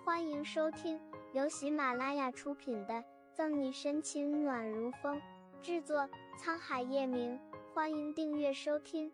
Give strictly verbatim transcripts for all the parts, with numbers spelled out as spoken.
欢迎收听由喜马拉雅出品的《赠你深情暖如风》，制作沧海夜明。欢迎订阅收听。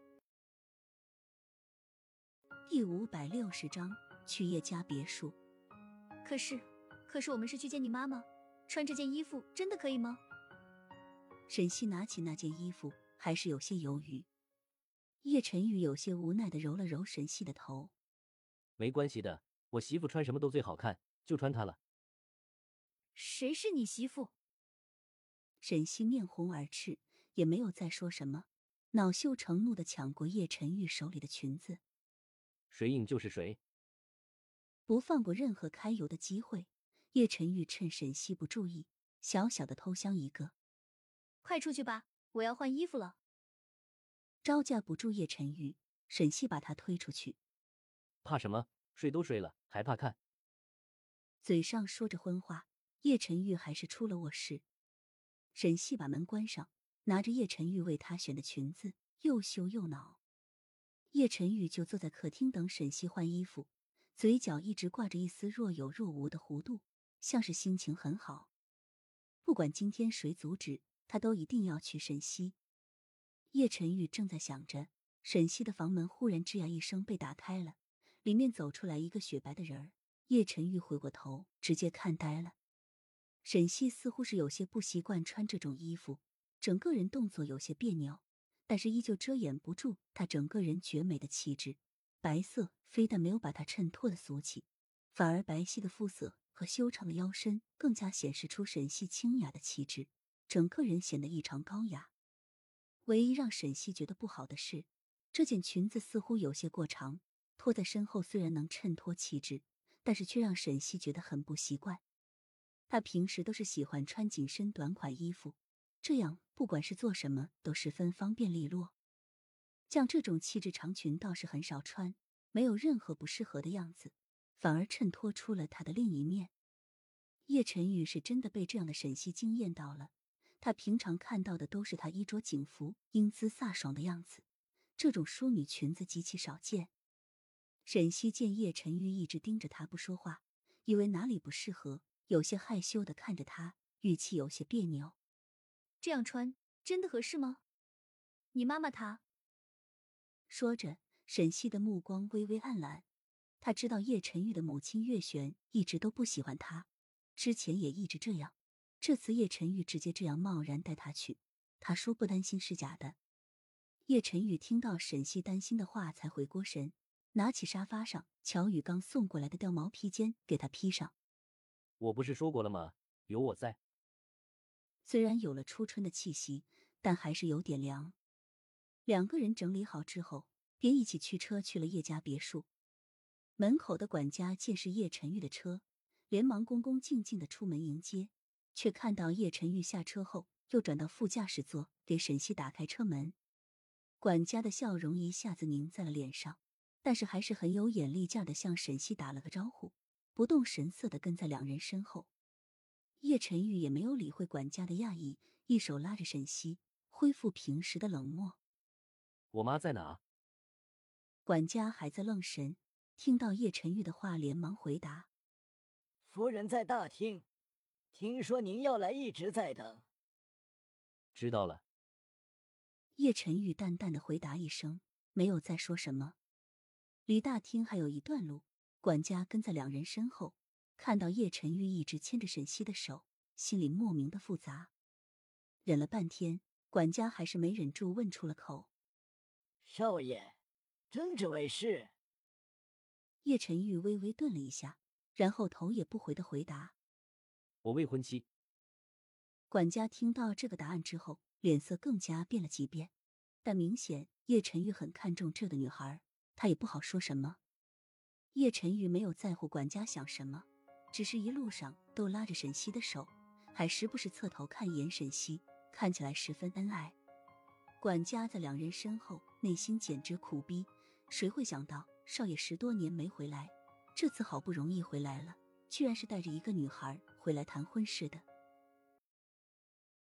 第五百六十章，去叶家别墅。 可是，可是我们是去见你妈妈，穿这件衣服真的可以吗？ 沈西拿起那件衣服，还是有些犹豫。叶晨玉有些无奈地揉了揉沈西的头。 没关系的，我媳妇穿什么都最好看，就穿它了。 谁是你媳妇？ 沈西面红耳赤，也没有再说什么，恼羞成怒地抢过叶晨玉手里的裙子。 谁硬就是谁。 不放过任何揩油的机会，叶晨玉趁沈西不注意，小小的偷香一个。 快出去吧，我要换衣服了。 招架不住叶晨玉，沈西把他推出去。 怕什么？睡都睡了，还怕看？ 嘴上说着荤话，叶晨玉还是出了卧室。沈西把门关上，拿着叶晨玉为他选的裙子，又羞又恼。叶晨玉就坐在客厅等沈西换衣服，嘴角一直挂着一丝若有若无的弧度，像是心情很好。不管今天谁阻止，他都一定要娶沈西。叶晨玉正在想着，沈西的房门忽然吱呀一声被打开了，里面走出来一个雪白的人儿。叶晨玉回过头，直接看呆了。沈西似乎是有些不习惯穿这种衣服，整个人动作有些别扭，但是依旧遮掩不住她整个人绝美的气质。白色非但没有把她衬托的俗气，反而白皙的肤色和修长的腰身更加显示出沈西清雅的气质，整个人显得异常高雅。唯一让沈西觉得不好的是，这件裙子似乎有些过长，拖在身后虽然能衬托气质，但是却让沈西觉得很不习惯。她平时都是喜欢穿紧身短款衣服，这样不管是做什么都十分方便利落。像这种气质长裙倒是很少穿，没有任何不适合的样子，反而衬托出了她的另一面。叶晨玉是真的被这样的沈西惊艳到了，他平常看到的都是她衣着警服、英姿飒爽的样子，这种淑女裙子极其少见。沈西见叶晨玉一直盯着他不说话，以为哪里不适合，有些害羞地看着他，语气有些别扭。 这样穿真的合适吗？你妈妈她…… 说着，沈西的目光微微暗蓝。他知道叶晨玉的母亲叶璇一直都不喜欢他，之前也一直这样。这次叶晨玉直接这样贸然带他去，他说不担心是假的。叶晨玉听到沈西担心的话才回过神，拿起沙发上乔宇刚送过来的貂毛披肩给他披上。 我不是说过了吗？有我在。 虽然有了初春的气息，但还是有点凉。两个人整理好之后，便一起驱车去了叶家别墅。门口的管家见是叶晨玉的车，连忙恭恭敬敬地出门迎接，却看到叶晨玉下车后，又转到副驾驶座给沈西打开车门。管家的笑容一下子凝在了脸上，但是还是很有眼力劲地向沈西打了个招呼，不动神色地跟在两人身后。叶晨玉也没有理会管家的讶异，一手拉着沈西，恢复平时的冷漠。 我妈在哪？ 管家还在愣神，听到叶晨玉的话连忙回答： 夫人在大厅，听说您要来，一直在等。 知道了。 叶晨玉淡淡的回答一声，没有再说什么。离大厅还有一段路，管家跟在两人身后，看到叶晨玉一直牵着沈西的手，心里莫名的复杂。忍了半天，管家还是没忍住问出了口： 少爷，真这位是？ 叶晨玉微微顿了一下，然后头也不回的回答： 我未婚妻。 管家听到这个答案之后，脸色更加变了几变，但明显叶晨玉很看重这个女孩，他也不好说什么。叶晨玉没有在乎管家想什么，只是一路上都拉着沈西的手，还时不时侧头看一眼沈西，看起来十分恩爱。管家在两人身后，内心简直苦逼，谁会想到少爷十多年没回来，这次好不容易回来了，居然是带着一个女孩回来谈婚事的。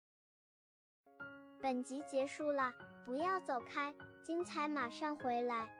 本集结束了，不要走开，精彩马上回来。